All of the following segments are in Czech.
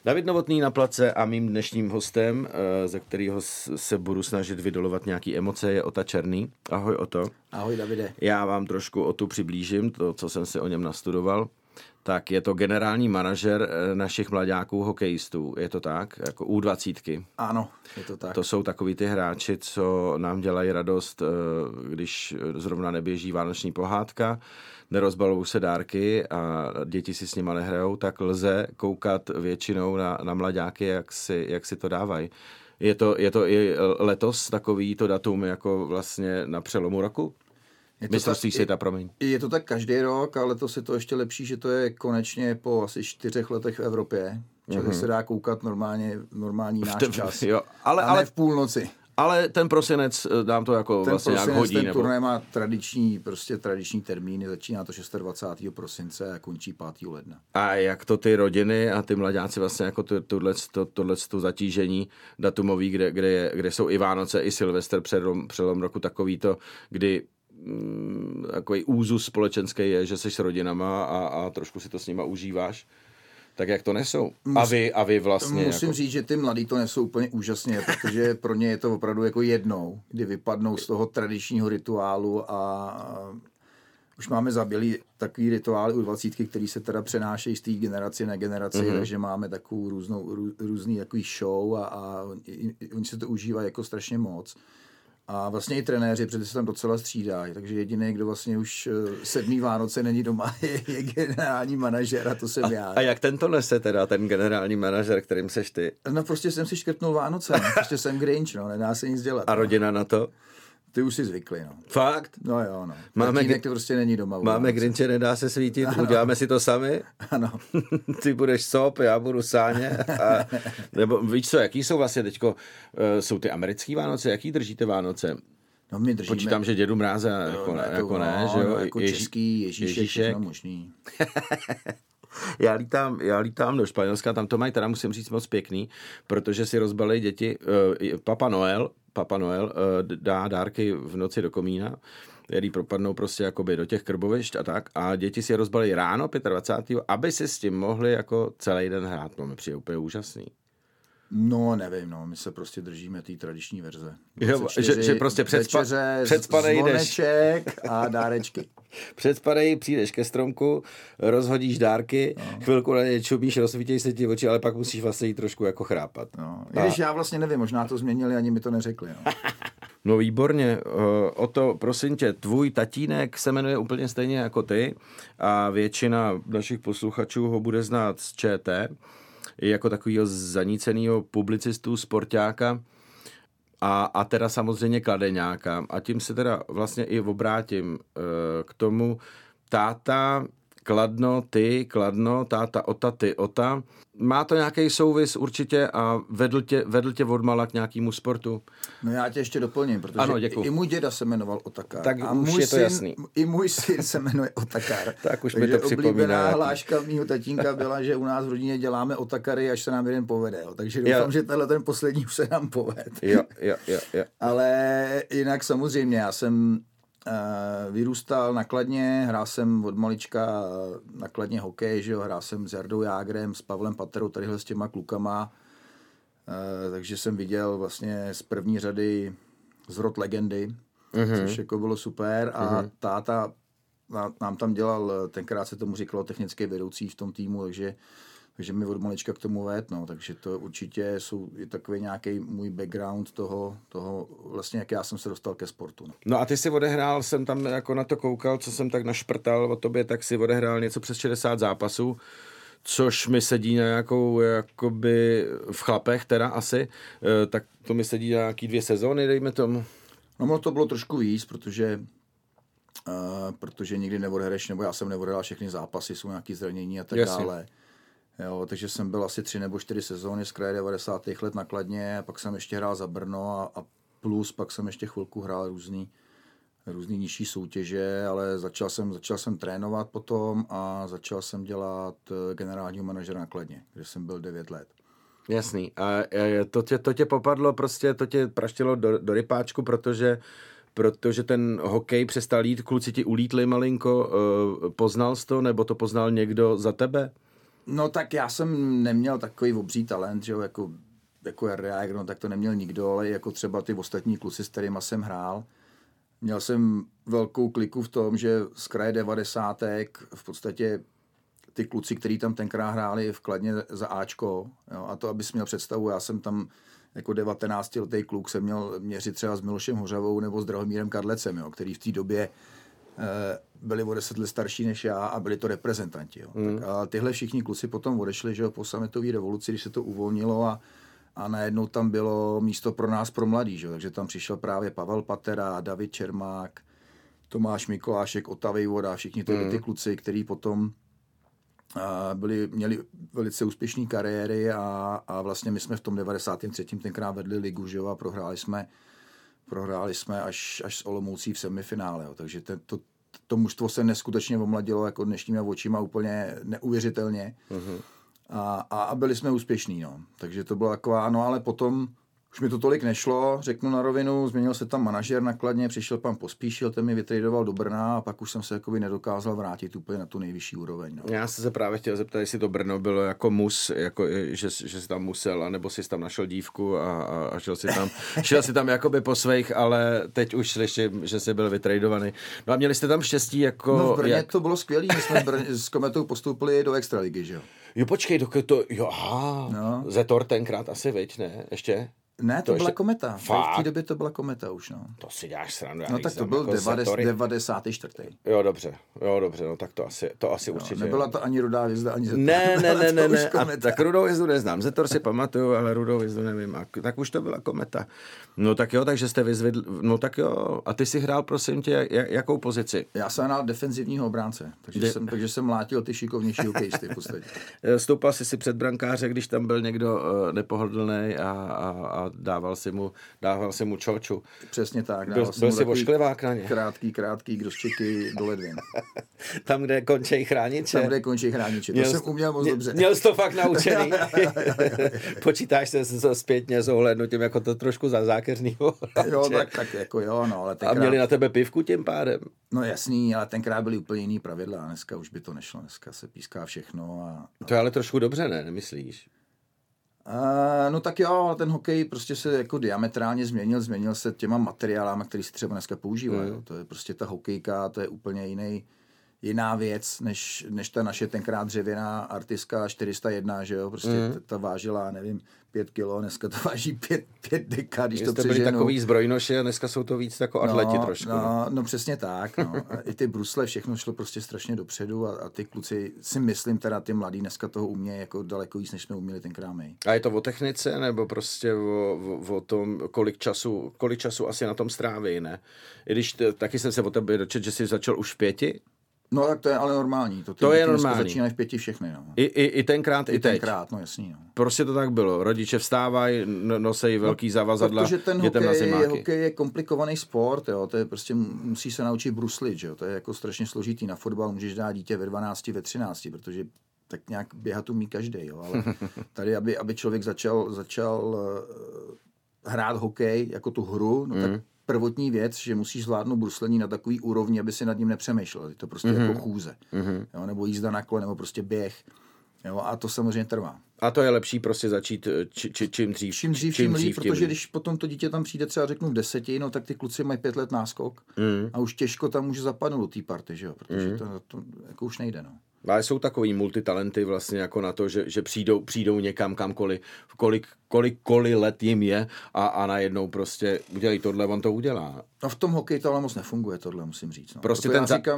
David Novotný na place a mým dnešním hostem, ze kterého se budu snažit vydolovat nějaký emoce, je Ota Černý. Ahoj, Oto. Ahoj, Davide. Já vám trošku Otu přiblížím, to, co jsem si o něm nastudoval. Tak je to generální manažer našich mlaďáků hokejistů, je to tak? Jako U20. Ano, je to tak. To jsou takový ty hráči, co nám dělají radost, když zrovna neběží vánoční pohádka, nerozbalují se dárky a děti si s nima nehrajou, tak lze koukat většinou na mlaďáky, jak si to dávají. Je to i letos takový to datum jako vlastně na přelomu roku? Mistrovství světa, promiň. Je to tak každý rok, ale to je to ještě lepší, že to je konečně po asi 4 letech v Evropě. Čili se dá koukat normální náš čas. Jo, ale ne v půlnoci. Ale ten prosinec nám to jako ten vlastně nějak hodí. Ten turnaj má tradiční termíny, začíná to 26. prosince a končí 5. ledna. A jak to ty rodiny a ty mlaďáci vlastně jako tohleto zatížení datumový, kde jsou i Vánoce, i Silvestr, přelom roku, takový to, kdy takový úzus společenský je, že jsi s rodinama a trošku si to s nima užíváš. Tak jak to nesou? A vy vlastně... Musím říct, že ty mladí to nesou úplně úžasně, protože pro ně je to opravdu jako jednou, kdy vypadnou z toho tradičního rituálu a už máme zabělí takový rituály u 20, který se teda přenášejí z té generace na generaci, takže máme takovou různý takový show a oni se to užívají jako strašně moc. A vlastně i trenéři, protože se tam docela střídají, takže jediný, kdo vlastně už 7. Vánoce není doma, je generální manažer a to jsem já. A jak ten to nese teda, ten generální manažer, kterým seš ty? No prostě jsem si škrtnul Vánoce, prostě jsem Grinch, no, nedá se nic dělat. A rodina na to? Ty už si zvykli, no. Fakt? No jo, no. Tatínek to prostě není doma. Máme Grinche, nedá se svítit, ano. Uděláme si to sami? Ano. Ty budeš Sop, já budu Sáně. Nebo víš co, jaký jsou vlastně teďko, jsou ty americký Vánoce, jaký držíte Vánoce? No my držíme. Počítám, že Dědu Mráze jako ne, že jo? No, jako český Ježíšek, všechno možný. Já lítám do Španělska, tam to mají, teda musím říct moc pěkný, protože si rozbalí děti, Papa Noel dá dárky v noci do komína, který propadnou prostě jakoby do těch krbovišť a tak, a děti si je rozbalí ráno 25. aby si s tím mohli jako celý den hrát. No mi přijde úplně úžasný. No, nevím, no, my se prostě držíme té tradiční verze. 24, že prostě předspanej zvoneček a dárečky. Předspanej, přijdeš ke stromku, rozhodíš dárky, chvilku na ně čumíš, rozsvítějí se ti oči, ale pak musíš vlastně jít trošku jako chrápat. No, když já vlastně nevím, možná to změnili, ani mi to neřekli. No, no výborně, Oto, prosím tě, tvůj tatínek se jmenuje úplně stejně jako ty a většina našich posluchačů ho bude znát z ČT, jako takovýho zanícenýho publicistu, sportáka a teda samozřejmě kladeňáka. A tím se teda vlastně i obrátím k tomu táta, Kladno, ty, Kladno, táta, Ota, ty, Ota. Má to nějaký souvis určitě a vedl tě odmala k nějakému sportu? No já tě ještě doplním, protože ano, i můj děda se jmenoval Otakar. Tak a už je to jasný. I můj syn se jmenuje Otakar. Tak už mi to připomíná. Oblíbená hláška mýho tatínka byla, že u nás v rodině děláme Otakary, až se nám jeden povede. Jo. Takže doufám, že ten poslední už se nám povede. Jo. Ale jinak samozřejmě, já jsem vyrůstal na Kladně, hrál jsem od malička na Kladně hokej, že jo? Hrál jsem s Jardou Jágrem, s Pavlem Paterou, tadyhle s těma klukama, takže jsem viděl vlastně z první řady zrod legendy, což jako bylo super a táta nám tam dělal, tenkrát se tomu říkalo technický vedoucí v tom týmu, takže mi od malička k tomu vést, no, takže to určitě je takový nějaký můj background toho vlastně, jak já jsem se dostal ke sportu. No a ty si odehrál, jsem tam jako na to koukal, co jsem tak našprtal o tobě, tak si odehrál něco přes 60 zápasů, což mi sedí na nějakou, jakoby v chlapech teda asi, tak to mi sedí na nějaký 2 sezóny, dejme tomu. No to bylo trošku víc, protože nikdy neodehreš, nebo já jsem neodehrál všechny zápasy, jsou nějaký zranění a tak dále. Jo, takže jsem byl asi 3 nebo 4 sezóny z kraje 90. let na Kladně, pak jsem ještě hrál za Brno a plus pak jsem ještě chvilku hrál různý nižší soutěže, ale začal jsem trénovat potom a začal jsem dělat generálního manažera na Kladně, kde jsem byl 9 let. Jasný. A to tě popadlo, prostě to tě praštilo do rypáčku, protože ten hokej přestal jít, kluci ti ulítli malinko, poznal jsi to, nebo to poznal někdo za tebe? No tak já jsem neměl takový obří talent, že jo, jako Jarda Jágr, no tak to neměl nikdo, ale jako třeba ty ostatní kluci, s kterýma jsem hrál. Měl jsem velkou kliku v tom, že z kraje 90. v podstatě ty kluci, kteří tam tenkrát hráli v Kladně za Ačko, jo, a to, abys měl představu, já jsem tam jako 19letý kluk se měl měřit třeba s Milošem Hořavou nebo s Drahomírem Kadlecem, jo, který v té době byli o 10 let starší než já a byli to reprezentanti. Jo. Tak a tyhle všichni kluci potom odešli, že jo, po sametové revoluci, když se to uvolnilo a najednou tam bylo místo pro nás, pro mladý, že jo. Takže tam přišel právě Pavel Patera, David Čermák, Tomáš Mikolášek, Ota Vejvoda, všichni ty kluci, kteří potom měli velice úspěšné kariéry a vlastně my jsme v tom 93. tenkrát vedli ligu, že jo, a prohráli jsme až s Olomoucí v semifinále, jo. Takže to mužstvo se neskutečně omladilo jako dnešníma očima úplně neuvěřitelně a byli jsme úspěšní, no. Takže to bylo taková, no ale potom už mi to tolik nešlo, řeknu na rovinu, změnil se tam manažer na Kladně, přišel pan Pospíšil, ten mi vytradoval do Brna a pak už jsem se jakoby nedokázal vrátit úplně na tu nejvyšší úroveň. No. Já se právě chtěl zeptat, jestli to Brno bylo jako jako, že jsi tam musel, anebo jsi tam našel dívku a šel si tam jakoby po svých, ale teď už slyším, že jsi byl vytradovaný. No a měli jste tam štěstí jako... No v Brně to bylo skvělý, my jsme s Kometou postoupili do extraligy, že jo. Jo, počkej, no. Zetor tenkrát asi, veď, ne? Ještě? Ne, to byla Kometa. V té době to byla Kometa už, no. To si děláš srandu. No tak to byl jako 94. Jo, dobře, no tak to asi určitě. Nebyla to ani Rudá hvězda, ani Zetor. Ne. Tak Rudou hvězdu neznám. Zetor si pamatuju, ale Rudou hvězdu nevím. Tak už to byla Kometa. No tak jo, takže jste vyzvedli. No tak jo. A ty si hrál, prosím tě, jakou pozici? Já jsem hrál defenzivního obránce, takže jsem mlátil ty šikovnější hokejisty v podstatě. Stoupal jsi si před brankáře, když tam byl někdo nepohodlný a dával si mu čoču. Přesně tak. Byl si ošklivák na ně. Krátký grosčeky do ledvin. Tam, kde končí chrániče. To jsem uměl moc dobře. Měl jsi to fakt naučený. Počítáš se zpětně s ohlednutím jako to trošku za zákeřnýho. Jo, tak jako jo, no. Ale tenkrát... A měli na tebe pivku tím pádem? No jasný, ale tenkrát byly úplně jiný pravidla. Dneska už by to nešlo. Dneska se píská všechno. To je ale trošku dobře, ne? Nemyslíš? No tak jo, ten hokej prostě se jako diametrálně změnil se těma materiálama, který se třeba dneska používají. To je prostě ta hokejka, to je úplně jiná věc, než ta naše tenkrát dřevěná Artiska 401, že jo, prostě ta vážila, nevím, 5 kilo, dneska to váží 5 deka, když to přeženu. Byli takový zbrojnoši a dneska jsou to víc jako atleti trošku. No přesně tak, no. I ty brusle, všechno šlo prostě strašně dopředu a ty kluci, si myslím teda ty mladí dneska toho umějí jako daleko víc, než jsme uměli tenkrát my. A je to o technice, nebo prostě o tom, kolik času asi na tom stráví, ne? I když taky jsem se o tebe dočetl, že jsi začal už v 5? No tak to je ale normální. To je normální. Začínají v 5 všechny, no. I tenkrát, i teď. Tenkrát, no jasný, no. Prostě to tak bylo. Rodiče vstávají, nosejí velký zavazadla, protože ten hokej je komplikovaný sport, jo. To je prostě, musí se naučit bruslit, že jo. To je jako strašně složitý. Na fotbal můžeš dát dítě ve 12, ve 13, protože tak nějak běhat umí každý, jo. Ale tady, aby člověk začal hrát hokej jako tu hru, no tak prvotní věc, že musíš zvládnout bruslení na takový úrovni, aby si nad ním nepřemýšlel. Je to prostě jako chůze. Jo, nebo jízda na kole, nebo prostě běh. Jo, a to samozřejmě trvá. A to je lepší prostě začít čím dřív. Čím dřív, protože když potom to dítě tam přijde třeba řeknu v 10, no tak ty kluci mají 5 let náskok a už těžko tam může zapadnout do té party, že jo, protože to jako už nejde, no. Ale jsou takový multitalenty vlastně jako na to, že přijdou někam kamkoliv, kolik let jim je a najednou prostě udělají tohle, on to udělá. No v tom hokeji to ale moc nefunguje, tohle musím říct. No. Prostě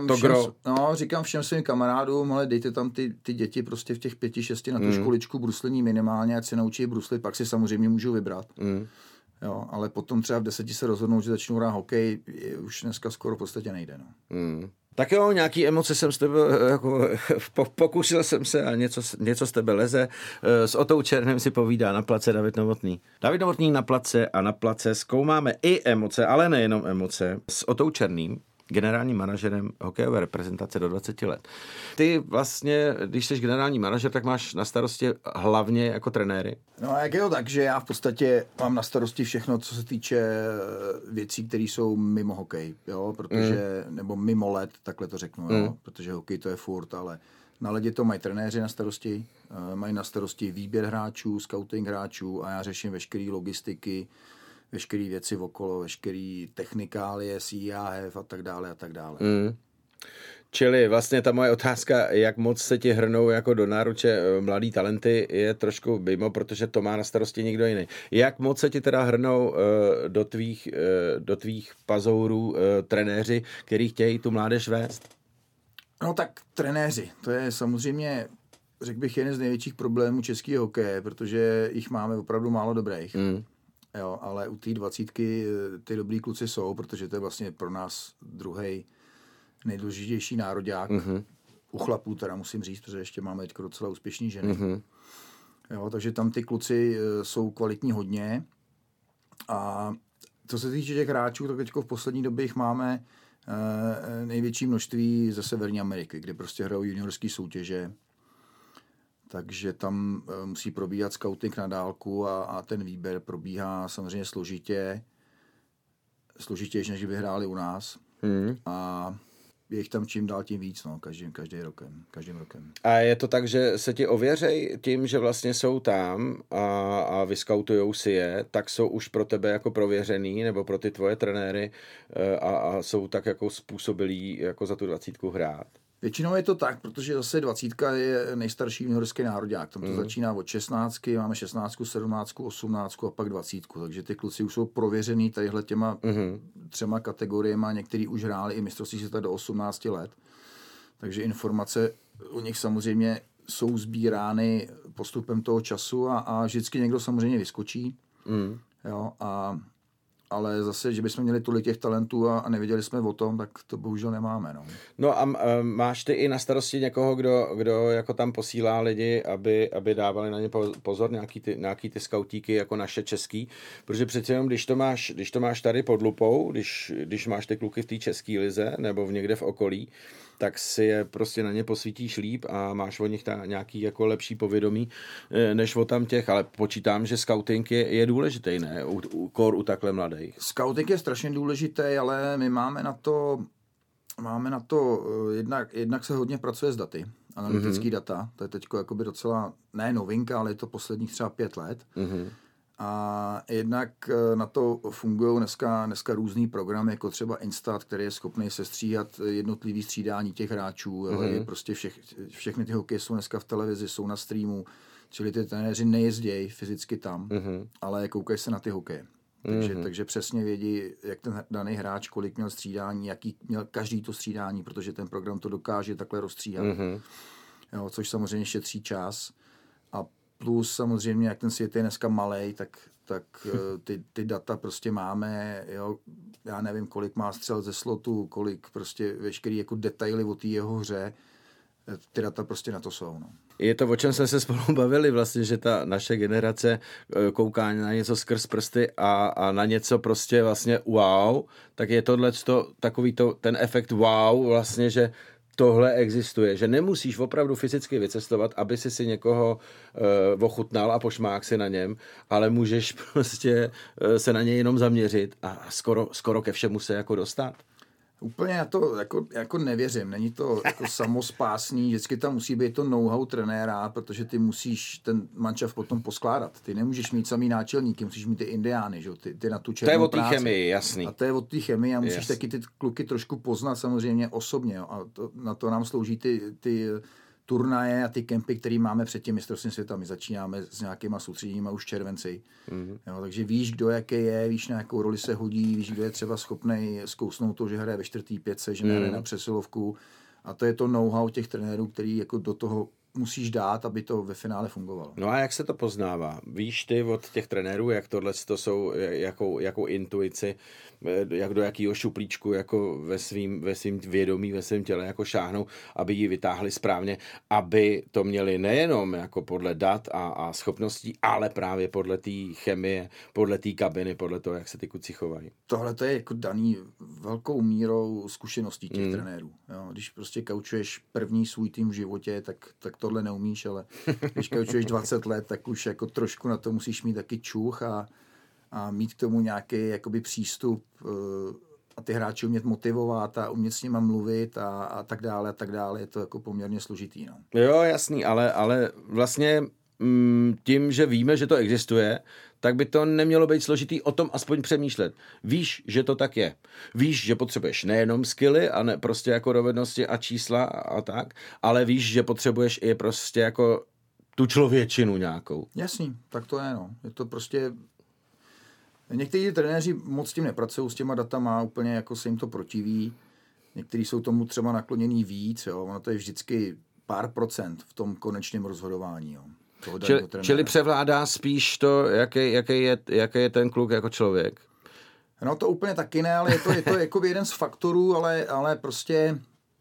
říkám všem svým kamarádům, ale dejte tam ty děti prostě v těch 5-6 na tu školičku bruslení minimálně, ať se naučí bruslit, pak si samozřejmě můžou vybrat. Jo, ale potom třeba v 10 se rozhodnou, že začnou hrát hokej, už dneska skoro v podstatě nejde. No. Tak jo, nějaký emoce jsem z tebe, jako, pokusil jsem se a něco z tebe leze. S Otou Černem si povídá na place David Novotný. David Novotný na place a na place zkoumáme i emoce, ale nejenom emoce. S Otou Černým, generálním manažerem hokejové reprezentace do 20 let. Ty vlastně, když jsi generální manažer, tak máš na starosti hlavně jako trenéry? No a jak je to tak, že já v podstatě mám na starosti všechno, co se týče věcí, které jsou mimo hokej, jo, protože, nebo mimo let, takhle to řeknu, jo, protože hokej to je furt, ale Na ledě to mají trenéři na starosti, mají na starosti výběr hráčů, scouting hráčů a já řeším veškeré logistiky, veškeré věci okolo, veškeré technikálie, CIAF a tak dále a tak dále. Čili vlastně ta moje otázka, jak moc se ti hrnou jako do náruče mladý talenty, je trošku mimo, protože to má na starosti někdo jiný. Jak moc se ti teda hrnou do tvých pazourů trenéři, kteří chtějí tu mládež vést? No tak trenéři, to je samozřejmě, řekl bych, jeden z největších problémů českého hokeje, protože jich máme opravdu málo dobrých. Jo, ale u té 20 ty dobrý kluci jsou, protože to je vlastně pro nás druhý nejdůležitější nároďák. U chlapů teda musím říct, protože ještě máme teď docela úspěšný ženy. Jo, takže tam ty kluci jsou kvalitní hodně. A co se týče těch hráčů, tak teď v poslední době jich máme největší množství ze Severní Ameriky, kde prostě hrajou juniorské soutěže. Takže tam musí probíhat scouting na dálku a ten výběr probíhá samozřejmě složitější, než by hráli u nás. A je jich tam čím dál tím víc, no, každým rokem. A je to tak, že se ti ověřej tím, že vlastně jsou tam a vyskautujou si je, tak jsou už pro tebe jako prověřený, nebo pro ty tvoje trenéry a jsou tak jako způsobilí jako za tu 20 hrát? Většinou je to tak, protože zase 20 je nejstarší juniorský nároďák. Tam to začíná od 16, máme 16, 17, 18 a pak 20. Takže ty kluci už jsou prověřený tadyhle těma 3 kategoriemi. Některý už hráli i mistrovství světa do 18 let. Takže informace o nich samozřejmě jsou sbírány postupem toho času a vždycky někdo samozřejmě vyskočí. Jo, ale zase, že bychom měli tolik těch talentů a nevěděli jsme o tom, tak to bohužel nemáme. No a máš ty i na starosti někoho, kdo jako tam posílá lidi, aby dávali na ně pozor, nějaký ty skautíky jako naše český, protože přece jenom, když to máš tady pod lupou, když máš ty kluky v té české lize nebo někde v okolí, tak si je prostě na ně posvítíš líp a máš o nich nějaký jako lepší povědomí, než o tam těch, ale počítám, že scouting je důležitý, ne? U takhle mladých. Scouting je strašně důležitý, ale my máme na to jednak se hodně pracuje s daty, analytický data, to je teď jakoby docela, ne novinka, ale je to posledních třeba 5 let. A jednak na to fungují dneska různý programy, jako třeba Instat, který je schopný sestříhat jednotlivý střídání těch hráčů. Je prostě všechny ty hokeje jsou dneska v televizi, jsou na streamu, čili ty trenéři nejezdějí fyzicky tam, ale koukají se na ty hokeje. Takže přesně vědí, jak ten daný hráč, kolik měl střídání, jaký měl každý to střídání, protože ten program to dokáže takhle rozstříhat. Jo, což samozřejmě šetří čas. A plus samozřejmě, jak ten svět je dneska malej, tak ty data prostě máme, jo, já nevím, kolik má střel ze slotu, kolik prostě veškerý jako detaily o té jeho hře, ty data prostě na to jsou. No. Je to, o čem jsme se spolu bavili vlastně, že ta naše generace kouká na něco skrz prsty a na něco prostě vlastně wow, tak je tohleto takový ten efekt wow vlastně, že tohle existuje, že nemusíš opravdu fyzicky vycestovat, aby si někoho ochutnal a pošmák si na něm, ale můžeš prostě se na něj jenom zaměřit a skoro ke všemu se jako dostat. Úplně na to jako nevěřím, není to jako samospásný, vždycky tam musí být to know-how trenéra, protože ty musíš ten mančaft potom poskládat. Ty nemůžeš mít samý náčelníky, musíš mít ty indiány, že? Ty na tu černou práci. To je o té chemii, jasný. A to je o té chemii a musíš taky ty kluky trošku poznat samozřejmě osobně. Jo? A na to nám slouží ty turnaje a ty kempy, které máme před tím mistrovstvím světa. My začínáme s nějakýma soustředěníma už v červenci. Jo, takže víš, kdo jaký je, víš, na jakou roli se hodí, víš, kdo je třeba schopný zkousnout to, že hraje ve 4. pětce, že nehraje na přesilovku. A to je to know-how těch trenérů, který jako do toho musíš dát, aby to ve finále fungovalo. No a jak se to poznává? Víš ty od těch trenérů, jak tohle to jsou, jakou intuici, jak do jakého šuplíčku jako ve svým vědomí, ve svém těle jako šáhnou, aby ji vytáhli správně, aby to měli nejenom jako podle dat a schopností, ale právě podle té chemie, podle té kabiny, podle toho, jak se ty kluci chovají. Tohle to je jako daný velkou mírou zkušeností těch trenérů. Jo? Když prostě kaučuješ první svůj tým v životě, tak tohle neumíš, ale když kaučuješ 20 let, tak už jako trošku na to musíš mít taky čuch a mít k tomu nějaký jakoby přístup a ty hráči umět motivovat a umět s nima mluvit a tak dále, je to jako poměrně složitý. No. Jo, jasný, ale vlastně tím, že víme, že to existuje, tak by to nemělo být složitý o tom aspoň přemýšlet. Víš, že to tak je. Víš, že potřebuješ nejenom skilly a ne prostě jako dovednosti a čísla a tak, ale víš, že potřebuješ i prostě jako tu člověčinu nějakou. Jasný, tak to je, no. Je to prostě... Někteří trenéři moc s tím nepracují, s těma datama, úplně jako se jim to protiví. Někteří jsou tomu třeba nakloněný víc, jo. Ono to je vždycky pár procent v tom konečném rozhodování, jo. Čili převládá spíš to, jaký je ten kluk jako člověk? No to úplně taky ne, ale je to jako jeden z faktorů, ale prostě,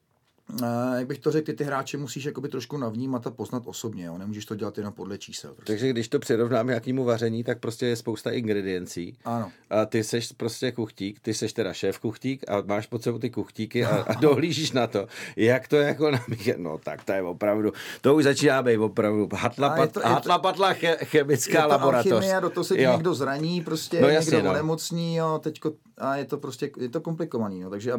jak bych to řekl, ty hráče musíš jakoby trošku navnímat a poznat osobně, jo? Nemůžeš to dělat jenom podle čísel. Prostě. Takže když to přirovnám nějakému vaření, tak prostě je spousta ingrediencí. Ano. A ty seš prostě kuchtík, ty seš teda šéf kuchtík a máš pod sebou ty kuchtíky a dohlížíš na to, jak to jako namíchat. No tak to je opravdu, to už začíná být opravdu hatla chemická laboratoř. Alchymie, do toho se někdo zraní, prostě no, jasně, někdo onemocní, jo, teďko, a je to prostě, je to komplikovaný, no, takže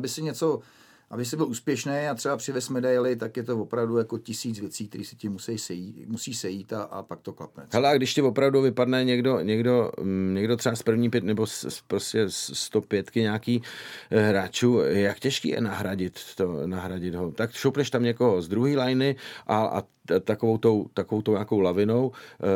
aby si byl úspěšný a třeba přivez medaily, tak je to opravdu jako 1000 věcí, které si ti musí sejít a pak to klapne. Hele, a když ti opravdu vypadne někdo třeba z první 5 nebo prostě z 105 nějaký hráčů, jak těžký je nahradit ho. Tak šoupneš tam někoho z druhé liny a takovou tou nějakou lavinou,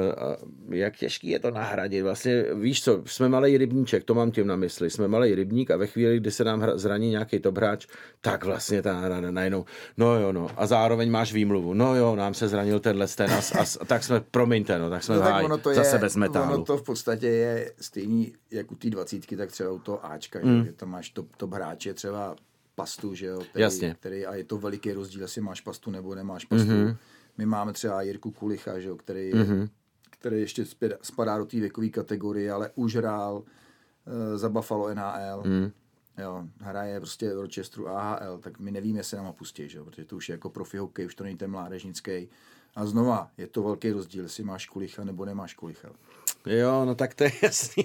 jak těžký je to nahradit. Vlastně víš co, jsme malej rybníček, to mám tím na mysli. Jsme malej rybník a ve chvíli, kdy se nám zraní nějaký top hráč, tak vlastně ta hra najednou, no a zároveň máš výmluvu, no jo, nám se zranil tenhle ten a tak jsme, promiňte, no, tak jsme zase bez metálu. Ono to v podstatě je stejný, jak u té 20, tak třeba u toho Ačka, že tam máš top hráče, třeba Pastu, že jo, který, a je to veliký rozdíl, jestli máš Pastu nebo nemáš Pastu. My máme třeba Jirku Kulicha, že jo, který ještě spadá do té věkové kategorie, ale už hrál za Buffalo NHL. Jo, hraje prostě v Rochesteru AHL, tak my nevíme, jestli nám ho pustí, že jo, protože to už je jako profi hokej, už to není ten mládežnický. A znova, je to velký rozdíl, jestli máš Kulicha nebo nemáš Kulicha. Jo, no tak to je jasný.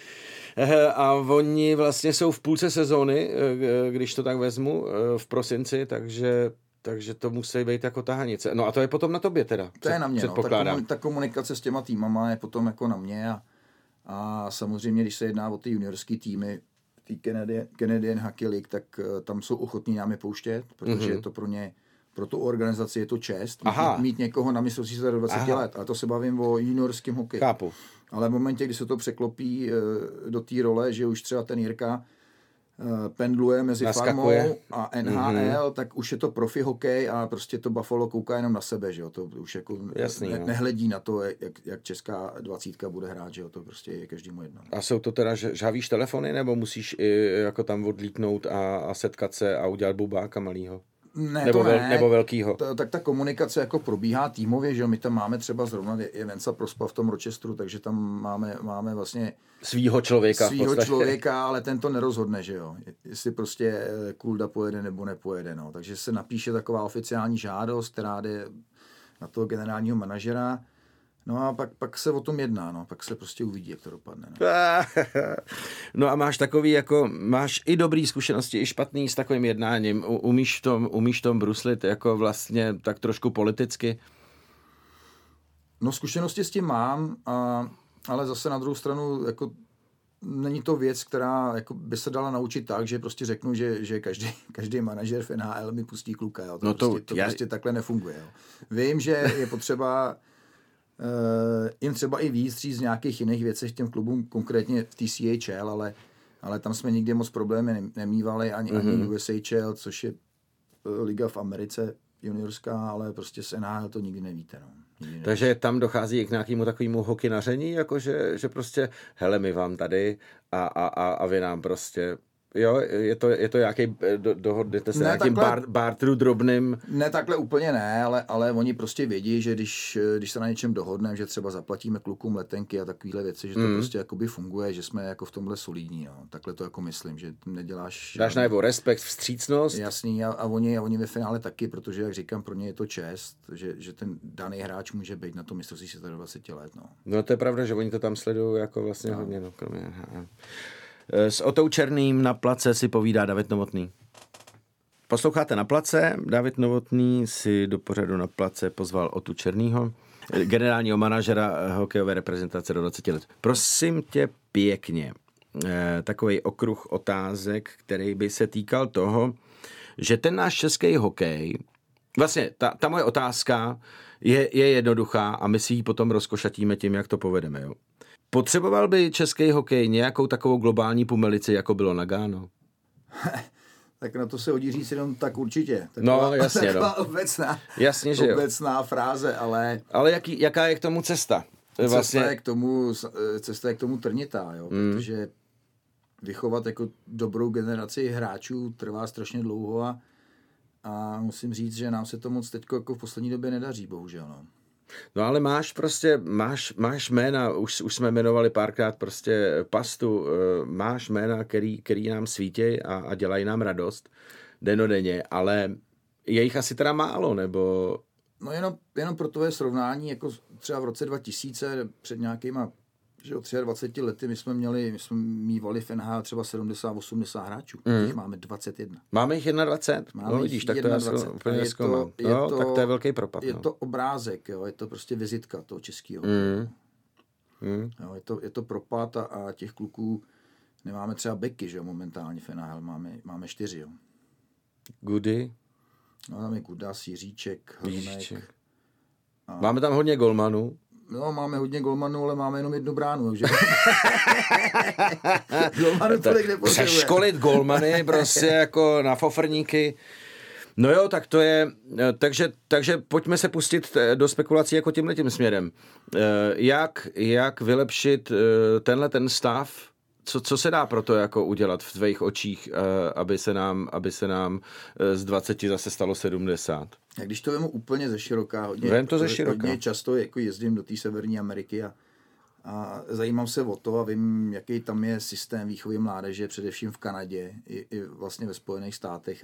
A oni vlastně jsou v půlce sezóny, když to tak vezmu, v prosinci, takže to musí být jako tahanice. No a to je potom na tobě teda. To je na mě, no. Ta komunikace s těma týmama je potom jako na mě a samozřejmě, když se jedná o ty juniorský týmy, ty Canadian Hockey League, tak tam jsou ochotní nám je pouštět, protože je to pro tu organizaci je to čest mít někoho na mistrovství světa do 20 let. A to se bavím o juniorském hokeji. Chápu. Ale v momentě, kdy se to překlopí do té role, že už třeba ten Jirka pendluje mezi farmou a NHL, tak už je to profi hokej a prostě to Buffalo kouká jenom na sebe, že jo, to už jako nehledí na to, jak česká 20 bude hrát, že jo, to prostě je každému jedno. A jsou to teda žhavíš telefony, nebo musíš i jako tam odlítnout a setkat se a udělat bubáka malýho? Ne, nebo velkýho. Tak ta komunikace jako probíhá týmově, že my tam máme třeba zrovna je Venca Prospa v tom Rochesteru, takže tam máme vlastně svýho člověka, ale ten to nerozhodne, že jo. Jestli prostě Kulda pojede nebo nepojede, no. Takže se napíše taková oficiální žádost, která jde na toho generálního manažera. No a pak se o tom jedná, no, pak se prostě uvidí, jak to dopadne. No, no a máš i dobrý zkušenosti, i špatný s takovým jednáním. Umíš tom bruslit jako vlastně tak trošku politicky? No zkušenosti s tím mám, ale zase na druhou stranu jako není to věc, která jako by se dala naučit tak, že prostě řeknu, že každý manažer v NHL mi pustí kluka. Jo. To prostě takhle nefunguje. Jo. Vím, že je potřeba jim třeba i víc říct z nějakých jiných věcech těm klubům, konkrétně v té CHL, ale tam jsme nikdy moc problémy nemývali, ani USHL, což je liga v Americe juniorská, ale prostě z NHL to nikdy nevíte. No. Takže tam dochází k nějakému takovému hokynaření, jakože že prostě hele, my vám tady a vy nám prostě... Jo, je to nějaký, dohodnete se nějakým barteru drobným? Ne, takhle úplně ne, ale oni prostě vědí, že když se na něčem dohodneme, že třeba zaplatíme klukům letenky a takovéhle věci, že to prostě jakoby funguje, že jsme jako v tomhle solidní, no. Takhle to jako myslím, že neděláš... Dáš najevo respekt, vstřícnost? Jasný, a oni ve finále taky, protože, jak říkám, pro ně je to čest, že ten daný hráč může být na tom mistrovství světa do 20 let, no. No to je pravda, že oni to tam sledují jako vlastně hodně, no, kromě... S Otou Černým na place si povídá David Novotný. Posloucháte Na place, David Novotný si do pořadu Na place pozval Otu Černýho, generálního manažera hokejové reprezentace do 20 let. Prosím tě pěkně, takovej okruh otázek, který by se týkal toho, že ten náš český hokej, vlastně ta moje otázka je jednoduchá a my si ji potom rozkošatíme tím, jak to povedeme. Jo. Potřeboval by český hokej nějakou takovou globální pumelici, jako bylo Nagano? Tak na to se hodí říct jenom tak určitě. No, jasně, taková obecná fráze, ale... Ale jaká je k tomu cesta? Vlastně... Cesta je k tomu trnitá, jo, protože vychovat jako dobrou generaci hráčů trvá strašně dlouho a musím říct, že nám se to moc teď jako v poslední době nedaří, bohužel. No ale máš jména, už jsme jmenovali párkrát prostě Pastu, máš jména, který nám svítí a dělají nám radost dennodenně, ale je jich asi teda málo, nebo... No jenom pro tvoje srovnání, jako třeba v roce 2000 před nějakýma 23 lety my jsme mívali v NHL třeba 70-80 hráčů. Těch máme 21. Máme jich 21? No vidíš, tak 21. To já úplně neskoumal. Tak to je velký propad. Je to obrázek, jo, je to prostě vizitka toho českého. Jo, je to propad a těch kluků nemáme třeba beky, že jo, momentálně v NHL máme 4, jo. Goody? No tam je Kudas, Jiříček, Hrnek. Máme tam hodně golmanů. No, máme hodně golmanů, ale máme jenom jednu bránu, takže... golmanů tolik nepotřebuje. Přeškolit golmany prostě jako na fofrníky. No jo, tak to je... Takže pojďme se pustit do spekulací jako tímhletím směrem. Jak vylepšit ten stav? Co se dá pro to jako udělat v tvých očích, aby se nám z 20 zase stalo 70? A když to vemu úplně ze široká, hodně často jako jezdím do té Severní Ameriky a zajímám se o to a vím, jaký tam je systém výchovy mládeže, především v Kanadě i vlastně ve Spojených státech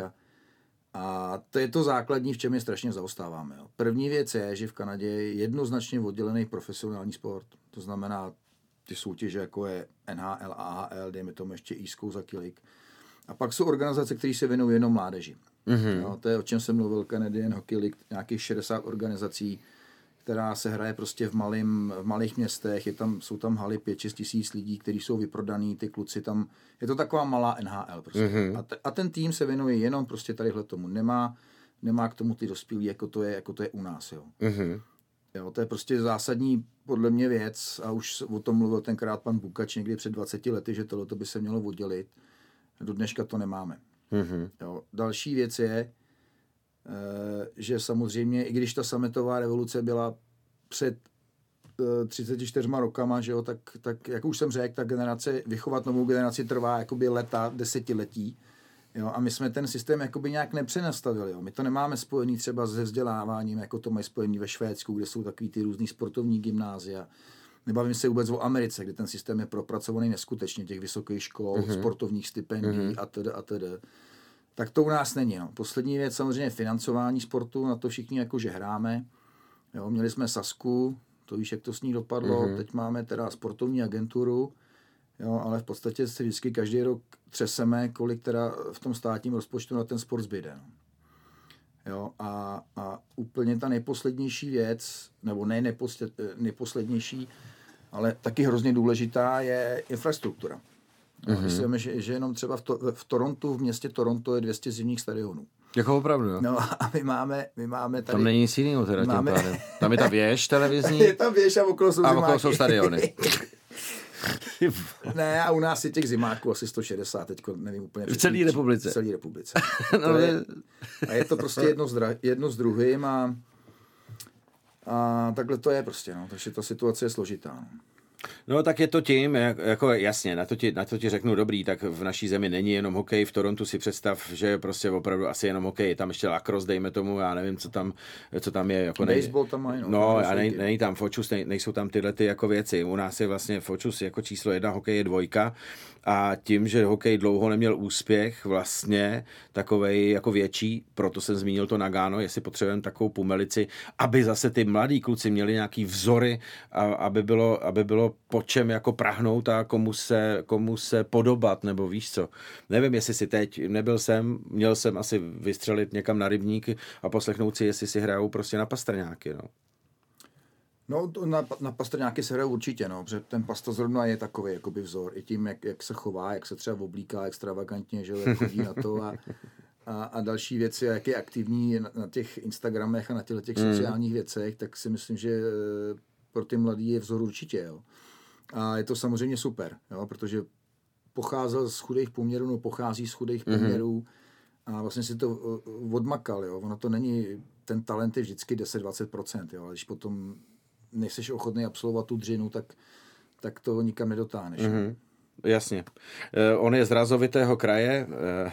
a to je to základní, v čem je strašně zaostáváme. Jo. První věc je, že v Kanadě je jednoznačně oddělený profesionální sport. To znamená ty soutěže, jako je NHL, AHL, dejme tomu ještě East Coast Hockey League. A pak jsou organizace, které se věnují jenom mládeži. Mm-hmm. Jo, to je, o čem jsem mluvil, Canadian Hockey League, nějakých 60 organizací, která se hraje prostě v malých městech, jsou tam haly 5-6 tisíc lidí, kteří jsou vyprodaný, ty kluci tam, je to taková malá NHL prostě. Mm-hmm. A ten tým se věnuje jenom prostě tadyhle tomu, nemá k tomu ty dospělí, jako to je u nás, jo. Mm-hmm. Jo, to je prostě zásadní podle mě věc a už o tom mluvil tenkrát pan Bukač někdy před 20 lety, že tohleto by se mělo oddělit. Do dneška to nemáme. Mm-hmm. Jo, další věc je, že samozřejmě, i když ta sametová revoluce byla před 34 rokama, že jo, tak jak už jsem řekl, ta generace, vychovat novou generaci trvá jakoby leta, desetiletí. Jo, a my jsme ten systém jakoby nějak nepřenastavili. Jo. My to nemáme spojený třeba se vzděláváním, jako to mají spojený ve Švédsku, kde jsou takový ty různý sportovní gymnázia. Nebavím se vůbec o Americe, kde ten systém je propracovaný neskutečně, těch vysokých škol, sportovních stipendií atd. Tak to u nás není. No. Poslední věc samozřejmě financování sportu, na to všichni jakože hráme. Jo, měli jsme Sasku, to víš, jak to s ní dopadlo, teď máme teda sportovní agenturu, jo, ale v podstatě si vždycky každý rok třeseme, kolik teda v tom státním rozpočtu na ten sport zbyde. No. Jo, a úplně ta nejposlednější věc, nebo ne nejposlednější, ale taky hrozně důležitá je infrastruktura. Myslíme, že jenom třeba v Torontu, v městě Toronto je 200 zimních stadionů. Jako opravdu, jo? No a my máme tady... Tam není nic jiného teda tím pádem. Tam je ta věž televizní. Je tam věž a okolo jsou zimáky. A okolo jsou stadiony. Ne, a u nás je těch zimáků asi 160, teďko nevím úplně. V celé republice. V celé republice. A je to prostě jedno s druhým a takhle to je prostě, no. Takže ta situace je složitá. No. No tak je to tím, jako jasně, na to ti řeknu dobrý, tak v naší zemi není jenom hokej, v Torontu si představ, že je prostě opravdu asi jenom hokej, tam ještě lacrosse, dejme tomu, já nevím, co tam je. Jako baseball tam mají. No a není tam fočus, nejsou tam tyhle ty jako věci, u nás je vlastně fočus jako číslo 1, hokej je 2 a tím, že hokej dlouho neměl úspěch vlastně takovej jako větší, proto jsem zmínil to Nagano, jestli potřebujeme takovou pumelici, aby zase ty mladí kluci měli nějaký vzory, aby bylo bylo po čem jako prahnout a komu se podobat, nebo víš co. Nevím, jestli si teď, měl jsem asi vystřelit někam na rybníky a poslechnout si, jestli si hrajou prostě na Pastrňáky, no. No, na Pastrňáky se hrajou určitě, no, protože ten Pasta zrovna je takový jakoby vzor. I tím, jak se chová, jak se třeba oblíká extravagantně, že jak chodí na to a další věci, jak je aktivní na těch Instagramech a na těch sociálních věcech, tak si myslím, že pro ty mladý je vzor určitě, jo. A je to samozřejmě super, jo, protože pocházel z chudých poměrů, no pochází z chudých poměrů a vlastně si to odmakal, jo. Ono to není, ten talent je vždycky 10-20%, jo, ale když potom nejseš ochotný absolvovat tu dřinu, tak to nikam nedotáhneš. Jasně. On je z Razovitého kraje,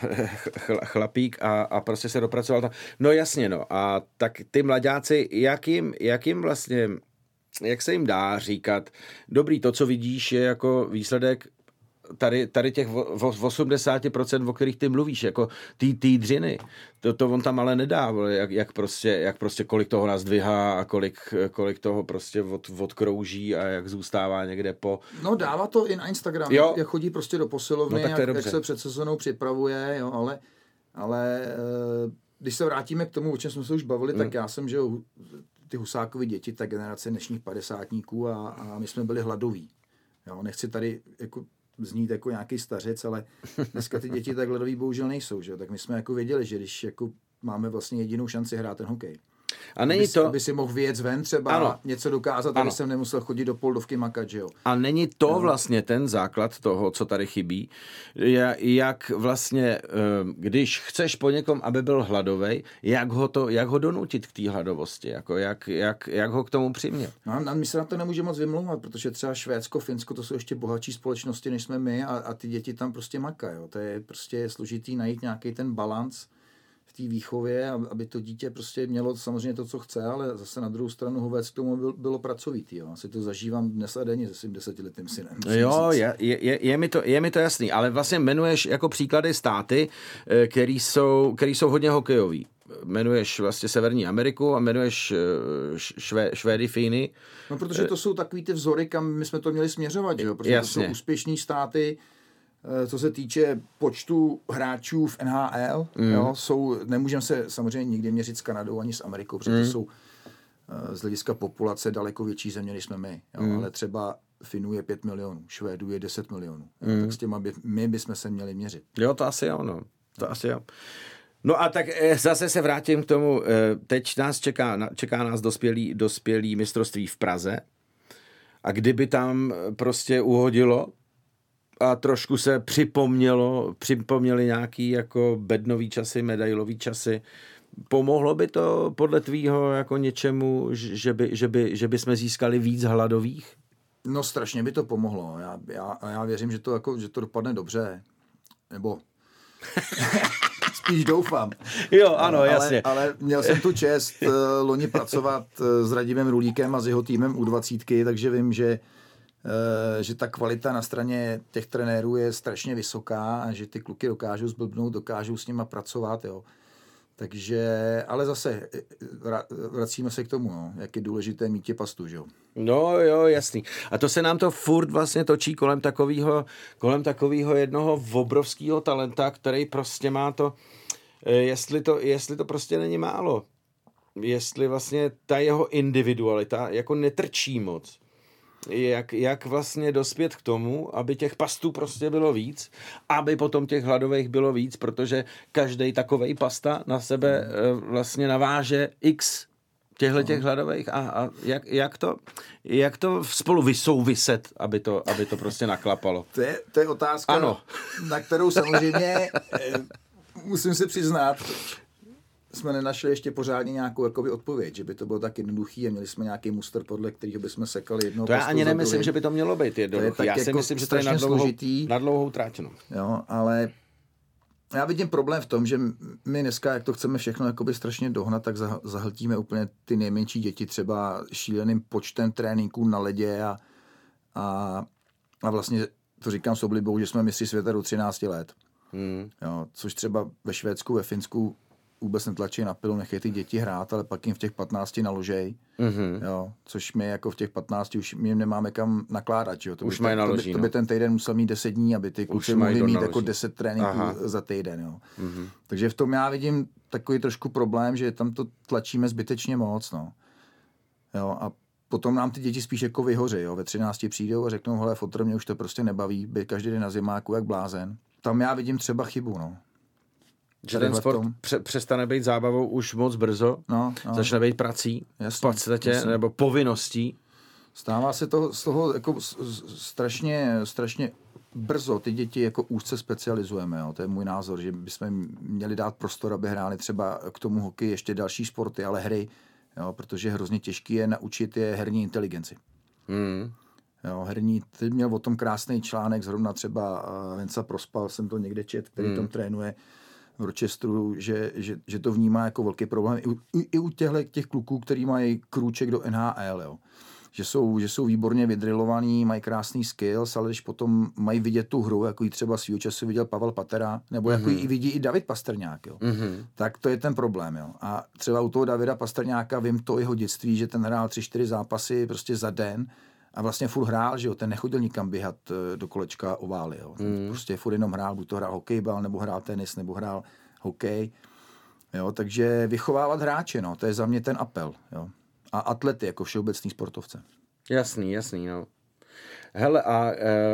chlapík a prostě se dopracoval tam. No jasně, no. A tak ty mladáci, jak jim vlastně, jak se jim dá říkat, dobrý, to, co vidíš, je jako výsledek tady těch 80%, o kterých ty mluvíš, jako ty dřiny, to on tam ale nedá, jak prostě kolik toho nás dvihá a kolik toho prostě odkrouží a jak zůstává někde po... No dává to i na Instagram, jak chodí prostě do posilovny, no, jak se před sezónou připravuje, jo, ale když se vrátíme k tomu, o čem jsme se už bavili, tak já jsem, že ty Husákovy děti, ta generace dnešních padesátníků a my jsme byli hladoví. Jo, nechci tady jako znít jako nějaký stařec, ale dneska ty děti tak hladoví bohužel nejsou, že? Tak my jsme jako věděli, že když jako máme vlastně jedinou šanci hrát ten hokej. A není aby si mohl vyjet ven třeba, ano, něco dokázat, aby jsem nemusel chodit do Poldovky makat, že jo. A není to vlastně ten základ toho, co tady chybí, jak vlastně, když chceš po někom, aby byl hladovej, jak ho donutit k té hladovosti, jako jak ho k tomu přimět. No, my se na to nemůžeme moc vymlouvat, protože třeba Švédsko, Finsko, to jsou ještě bohatší společnosti, než jsme my a ty děti tam prostě makají. To je prostě složitý najít nějaký ten balans v té výchově, aby to dítě prostě mělo samozřejmě to, co chce, ale zase na druhou stranu ho vést k tomu bylo pracovitý. Jo. Asi to zažívám dnes a denně se svým 10letým synem. Jo, je mi to jasný, ale vlastně jmenuješ jako příklady státy, který jsou hodně hokejový. Jmenuješ vlastně Severní Ameriku a jmenuješ Švédy, Fíny. No, protože to jsou takový ty vzory, kam my jsme to měli směřovat, jo? Protože jasně. To jsou úspěšní státy, co se týče počtu hráčů v NHL, jo, nemůžeme se samozřejmě nikdy měřit s Kanadou ani s Amerikou, protože to jsou z hlediska populace daleko větší země, než jsme my. Jo, ale třeba Finů je 5 milionů, Švédů je 10 milionů. Jo, tak s těma my bychom se měli měřit. Jo, to asi jo, no. To asi jo. No a tak zase se vrátím k tomu, teď nás čeká nás dospělý mistrovství v Praze a kdyby tam prostě uhodilo a trošku se připomněli nějaký jako bednový časy, medailový časy, pomohlo by to podle tvýho jako něčemu, že by jsme získali víc hladových? No strašně by to pomohlo. Já věřím, že to dopadne dobře. Nebo spíš doufám. Jo, ano, jasně. Ale měl jsem tu čest loni pracovat s Radimem Rulíkem a s jeho týmem U20, takže vím, že ta kvalita na straně těch trenérů je strašně vysoká a že ty kluky dokážou zblbnout, dokážou s nima pracovat, jo. Takže, ale zase vracíme se k tomu, no, jak je důležité mít tě pastu, že jo. No jo, jasný. A to se nám to furt vlastně točí kolem takového jednoho obrovského talenta, který prostě má to, jestli to prostě není málo. Jestli vlastně ta jeho individualita jako netrčí moc. Jak vlastně dospět k tomu, aby těch pastů prostě bylo víc, aby potom těch hladových bylo víc, protože každej takovej pasta na sebe vlastně naváže x těch hladových a jak to spolu vysouviset, aby to prostě naklapalo. To je otázka, ano. Na kterou samozřejmě musím si přiznat, jsme nenašli ještě pořádně nějakou jakoby odpověď, že by to bylo tak jednoduchý a měli jsme nějaký muster, podle kterého bychom sekali jednoho. To já ani nemyslím, že by to mělo být jednoduchý. Já si jako myslím, že to je na dlouhou tráť. No. Jo, ale já vidím problém v tom, že my dneska, jak to chceme všechno jakoby strašně dohnat, tak zahltíme úplně ty nejmenší děti třeba šíleným počtem tréninků na ledě a vlastně to říkám s oblibou, že jsme mistři světa do 13 let. Jo, což třeba ve Švédsku, ve Finsku vůbec netlačí na pilu, nechají ty děti hrát, ale pak jim v těch 15 naložej, jo, což my jako v těch 15 už my nemáme kam nakládat, jo. Už mají naloží, to by ten týden musel mít 10 dní, aby ty kluci mohli mít jako 10 tréninků za týden, jo. Takže v tom já vidím takový trošku problém, že tam to tlačíme zbytečně moc, no. Jo, a potom nám ty děti spíš jako vyhoří, jo. Ve 13 přijdou a řeknou, hele, fotr, mě už to prostě nebaví, být každý den na zimáku jak blázen. Tam já vidím třeba chybu, no. Že ten sport přestane být zábavou už moc brzo, začne být prací, v podstatě, nebo povinností. Stává se to z toho jako strašně brzo ty děti jako úzce specializujeme, jo. To je můj názor, že bychom měli dát prostor, aby hráli třeba k tomu hokeji ještě další sporty, ale hry, jo, protože hrozně těžký je naučit je herní inteligenci. Jo, ty měl o tom krásný článek, zrovna třeba Venca Prospal, jsem to někde čet, který tam trénuje v Rochesteru, že to vnímá jako velký problém i u těch kluků, který mají krůček do NHL, jo. Že jsou výborně vydrilovaný, mají krásný skills, ale když potom mají vidět tu hru, jako ji třeba svýho času viděl Pavel Patera, nebo jako ji vidí i David Pastrňák, jo. Tak to je ten problém, jo. A třeba u toho Davida Pastrňáka vím to jeho dětství, že ten hrál 3-4 zápasy prostě za den a vlastně furt hrál, že jo, ten nechodil nikam běhat do kolečka ovály, jo. Prostě furt jenom hrál, buď to hrál hokejbal, nebo hrál tenis, nebo hrál hokej, jo. Takže vychovávat hráče, no, to je za mě ten apel, jo. A atlety jako všeobecný sportovce. Jasný, no. Hele, a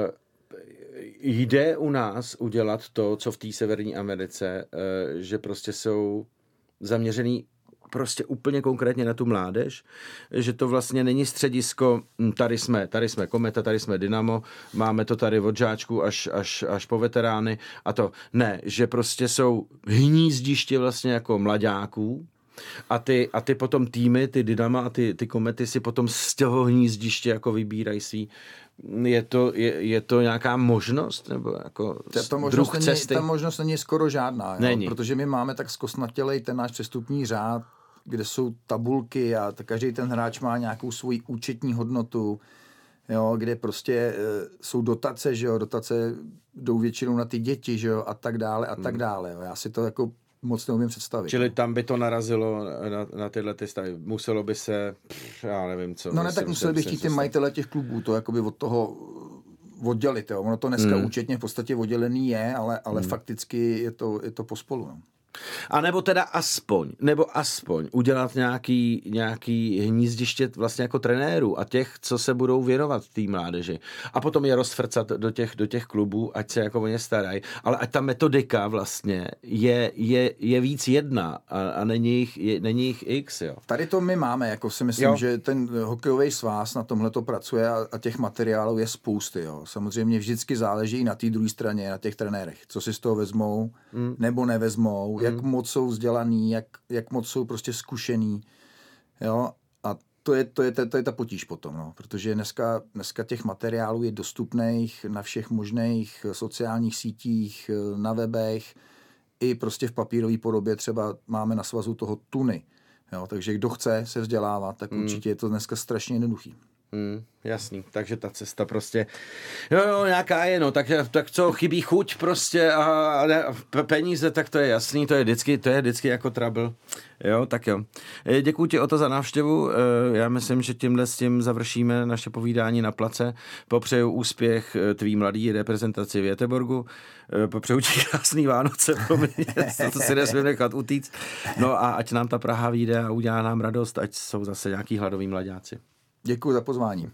jde u nás udělat to, co v té Severní Americe, že prostě jsou zaměřený prostě úplně konkrétně na tu mládež, že to vlastně není středisko, tady jsme Kometa, tady jsme Dynamo, máme to tady od žáčků až po veterány a to ne, že prostě jsou hnízdiště vlastně jako mlaďáků, a ty potom týmy, ty Dynama a ty Komety si potom z toho hnízdiště jako vybírají svý. Je to nějaká možnost? Nebo jako druh cesty? Ta možnost není skoro žádná. Není. Protože my máme tak zkostnatělej ten náš přestupní řád, kde jsou tabulky a každý ten hráč má nějakou svoji účetní hodnotu, jo, kde prostě jsou dotace, že jo, dotace jdou většinou na ty děti, že jo, a tak dále. Jo. Já si to jako moc neumím představit. Čili tam by to narazilo na tyhle ty stavy. Muselo by se, já nevím co. No ne, tak museli by chtít ty majitele těch klubů to jakoby od toho oddělit. Jo. Ono to dneska účetně v podstatě oddělený je, ale fakticky je to pospolu. No. A nebo teda aspoň udělat nějaký hnízdiště vlastně jako trenérů a těch, co se budou věnovat té mládeži. A potom je rozfrcat do těch klubů, ať se jako o ně starají. Ale ať ta metodika vlastně je víc jedna a není jich x, jo. Tady to my máme, jako si myslím, že ten hokejový svaz na tomhle to pracuje a těch materiálů je spousty, jo. Samozřejmě vždycky záleží na té druhé straně, na těch trenérech, co si z toho vezmou nebo nevezmou, jak moc jsou vzdělaný, jak moc jsou prostě zkušený, jo, a to je ta potíž potom, no, protože dneska těch materiálů je dostupných na všech možných sociálních sítích, na webech, i prostě v papírové podobě třeba máme na svazu toho tuny, jo, takže kdo chce se vzdělávat, tak určitě je to dneska strašně jednoduchý. Jasný, takže ta cesta prostě jo, nějaká je, no, tak co, chybí chuť prostě a peníze, tak to je jasný, to je vždycky jako trouble, jo, tak jo. Děkuji ti o to za návštěvu, já myslím, že tímhle s tím završíme naše povídání na place, popřeju úspěch tvý mladý reprezentaci v Göteborgu, popřeju ti krásný Vánoce, to si nesmím nechat utíct, no a ať nám ta Praha vyjde a udělá nám radost, ať jsou zase nějaký hladoví mladáci. Děkuji za pozvání.